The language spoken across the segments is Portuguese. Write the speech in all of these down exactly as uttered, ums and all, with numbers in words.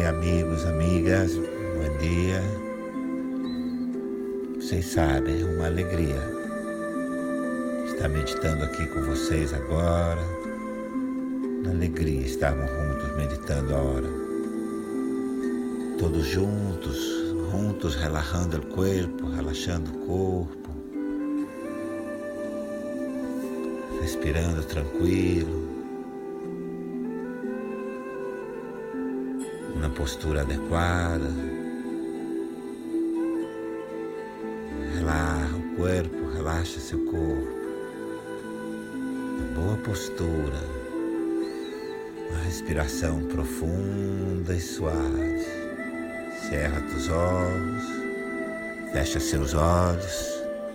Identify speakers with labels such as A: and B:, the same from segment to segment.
A: amigos, amigas, bom dia. Vocês sabem, é uma alegria estar meditando aqui com vocês agora. Uma alegria estarmos juntos meditando a hora. Todos juntos, juntos relajando o corpo, relaxando o corpo, respirando tranquilo, na postura adequada. Relaxa o corpo, relaxa seu corpo. Uma boa postura, uma respiração profunda e suave. Cerra teus olhos, fecha seus olhos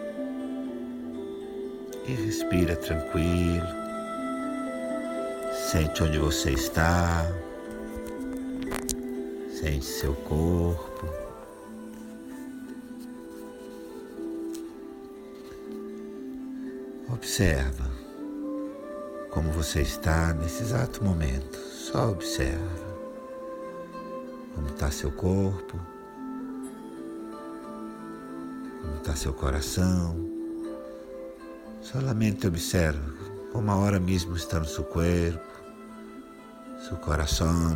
A: e respira tranquilo. Sente onde você está, sente seu corpo. Observa como você está nesse exato momento. Só observa como está seu corpo, como está seu coração. Solamente observa como agora mesmo está no seu corpo, seu coração.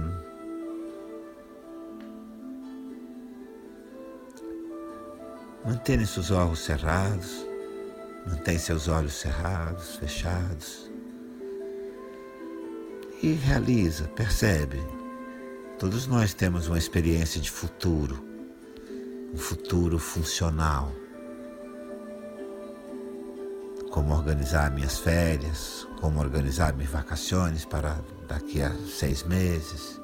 A: Mantenha seus olhos cerrados, mantenha seus olhos cerrados, fechados. E realiza, percebe. Todos nós temos uma experiência de futuro, um futuro funcional. Como organizar minhas férias, como organizar minhas vacações para daqui a seis meses.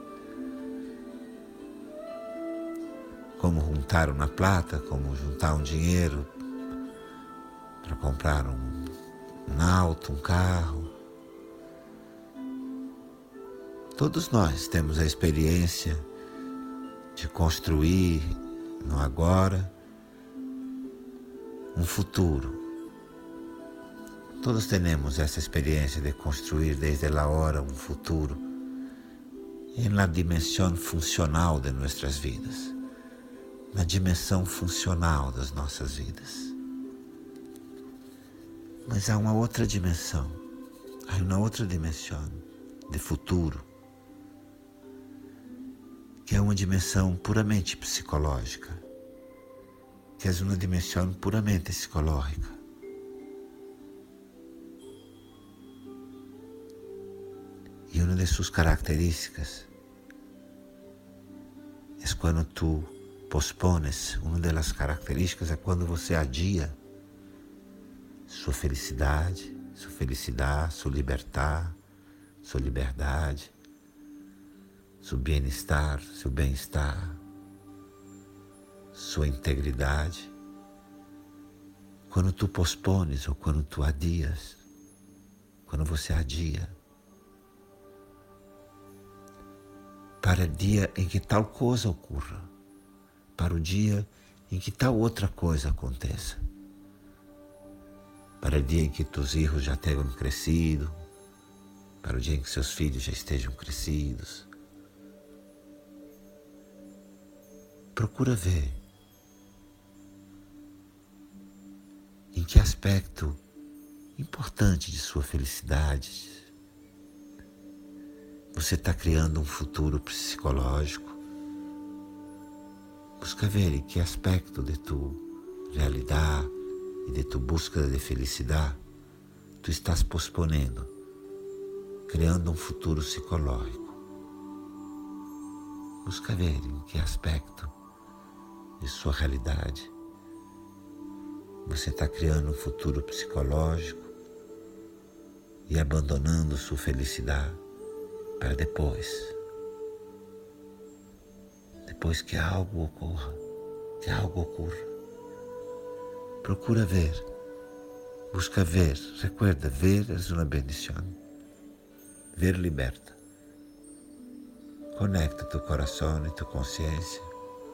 A: Como juntar uma plata, como juntar um dinheiro para comprar um, um auto, um carro. Todos nós temos a experiência de construir no agora um futuro. Todos temos essa experiência de construir desde a hora um futuro em la dimensão funcional de nossas vidas, na dimensão funcional das nossas vidas. Mas há uma outra dimensão, há uma outra dimensão de futuro, que é uma dimensão puramente psicológica, que é uma dimensão puramente psicológica. E uma de suas características é quando tu pospones, uma das características é quando você adia sua felicidade, sua felicidade, sua libertar, sua liberdade, seu bem-estar, seu bem-estar, sua integridade. Quando tu pospones ou quando tu adias, quando você adia, para o dia em que tal coisa ocorra, para o dia em que tal outra coisa aconteça, para o dia em que teus filhos já tenham crescido, para o dia em que seus filhos já estejam crescidos. Procura ver em que aspecto importante de sua felicidade você está criando um futuro psicológico. Busca ver em que aspecto de tu realidade e de tu busca de felicidade tu estás posponendo, criando um futuro psicológico. Busca ver em que aspecto de sua realidade você está criando um futuro psicológico e abandonando sua felicidade para depois. Depois que algo ocorra, que algo ocorra. Procura ver, busca ver, recuerda, ver é uma bendição. Ver liberta. Conecta tu coração e tu consciência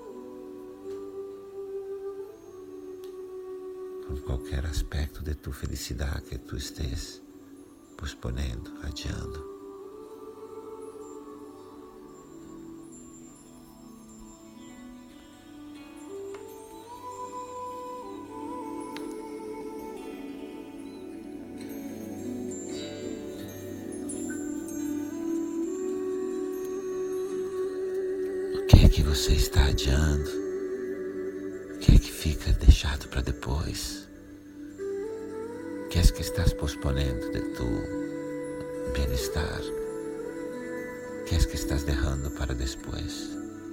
A: com qualquer aspecto de tua felicidade que tu estés posponendo, adiando. você está adiando? O que é que fica deixado para depois? O que é que estás posponendo de tu bem-estar? O que é que estás deixando para depois?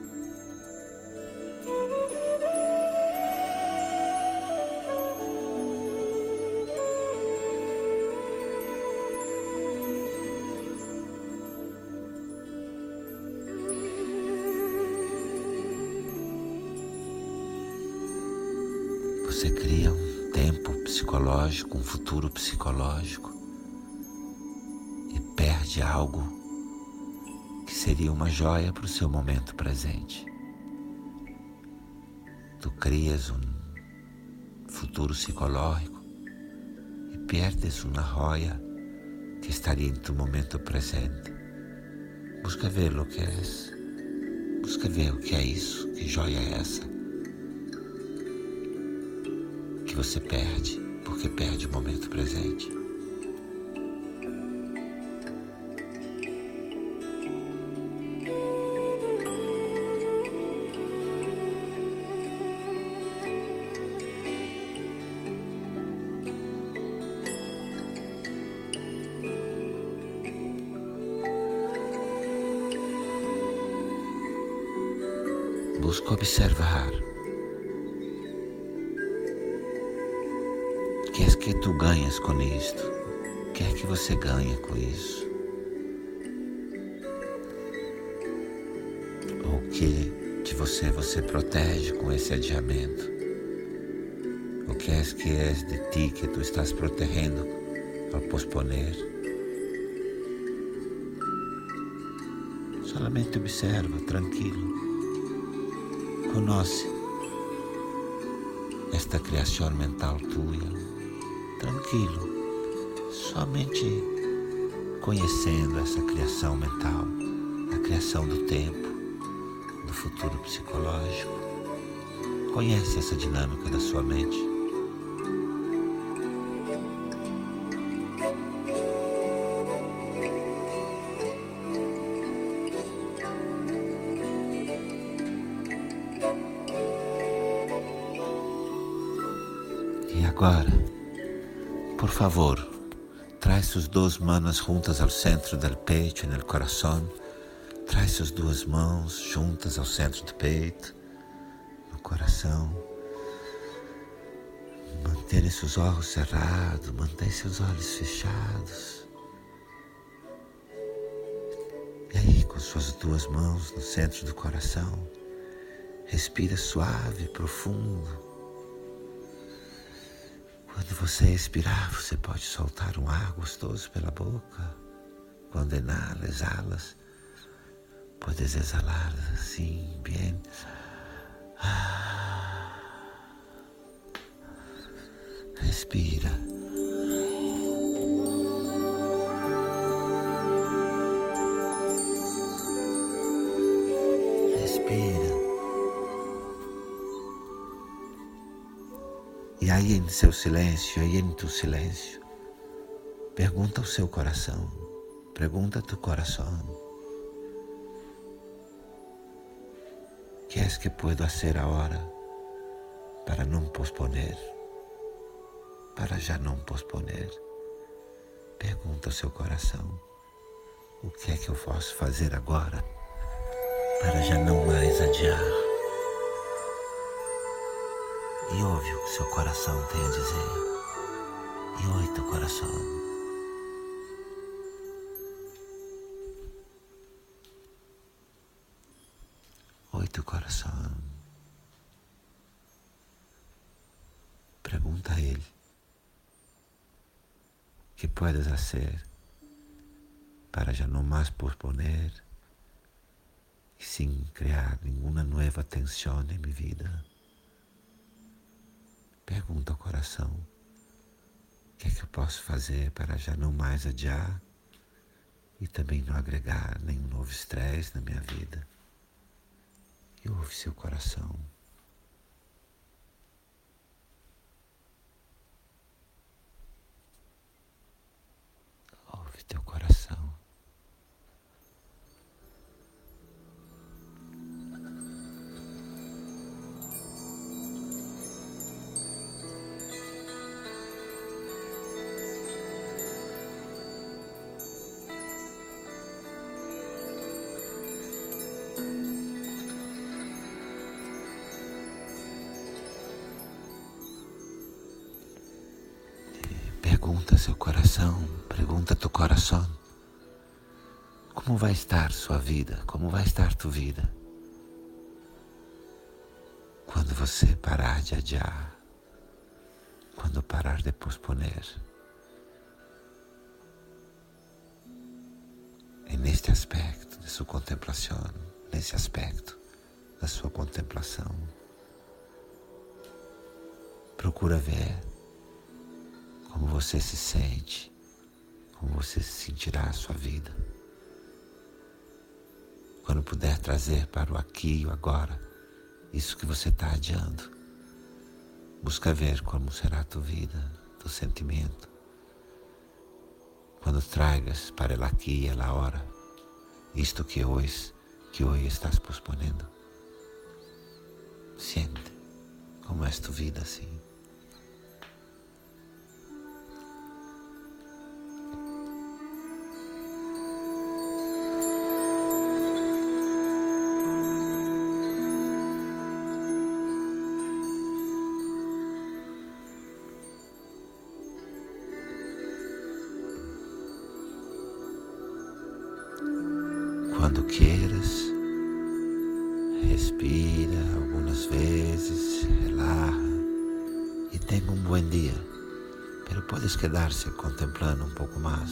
A: Você cria um tempo psicológico, um futuro psicológico e perde algo que seria uma joia para o seu momento presente. Tu crias um futuro psicológico e perdes uma joia que estaria em tu momento presente. Busca ver o que é isso. Busca ver o que é isso, que joia é essa que você perde, porque perde o momento presente. Busca observar. O que é que tu ganhas com isto? O que é que você ganha com isso? O que de você você protege com esse adiamento? O que é que é de ti que tu estás protegendo ao posponer? Solamente observa, tranquilo. Conoce esta criação mental tua. Tranquilo, somente conhecendo essa criação mental, a criação do tempo, do futuro psicológico. Conhece essa dinâmica da sua mente. E agora, por favor, traz suas duas manos juntas ao centro do peito e no coração. Traz suas duas mãos juntas ao centro do peito, no coração. Mantenha seus olhos cerrados, mantenha seus olhos fechados. E aí, com suas duas mãos no centro do coração, respira suave, profundo. Quando você expirar, você pode soltar um ar gostoso pela boca. Quando inala, exalas, podes exalar assim, bem. Ah. Respira. Respira. E aí em seu silêncio, aí em tu silêncio, pergunta ao seu coração, pergunta a tu coração, que é que puedo fazer agora para não posponer, para já não posponer? Pergunta ao seu coração, o que é que eu posso fazer agora para já não mais adiar? E ouve o que seu coração tem a dizer. E ouve teu coração. Ouve teu coração. Pergunta a ele. O que puedes fazer para já não mais posponer e sem criar nenhuma nova tensão em minha vida? Pergunta ao coração, o que é que eu posso fazer para já não mais adiar e também não agregar nenhum novo estresse na minha vida? E ouve seu coração. Ouve teu coração. Pergunta seu coração, pergunta tu coração, como vai estar sua vida, como vai estar tua vida quando você parar de adiar, quando parar de posponer. E neste aspecto de sua contemplação, nesse aspecto da sua contemplação, procura ver como você se sente, como você se sentirá a sua vida. Quando puder trazer para o aqui e o agora, isso que você está adiando, busca ver como será a tua vida, teu sentimento. Quando tragas para el aqui e a hora, isto que hoje, que hoje estás posponendo. Siente como é tua vida assim. Quando queiras, respira algumas vezes, relaxa e tenha um bom dia. Pero podes quedar-se contemplando um pouco mais.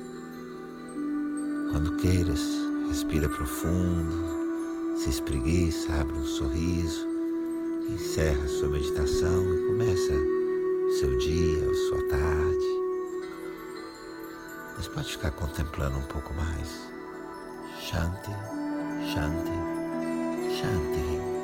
A: Quando queiras, respira profundo, se espreguiça, abre um sorriso, encerra sua meditação e começa seu dia ou sua tarde. Mas pode ficar contemplando um pouco mais. Shanti, Shanti, Shanti.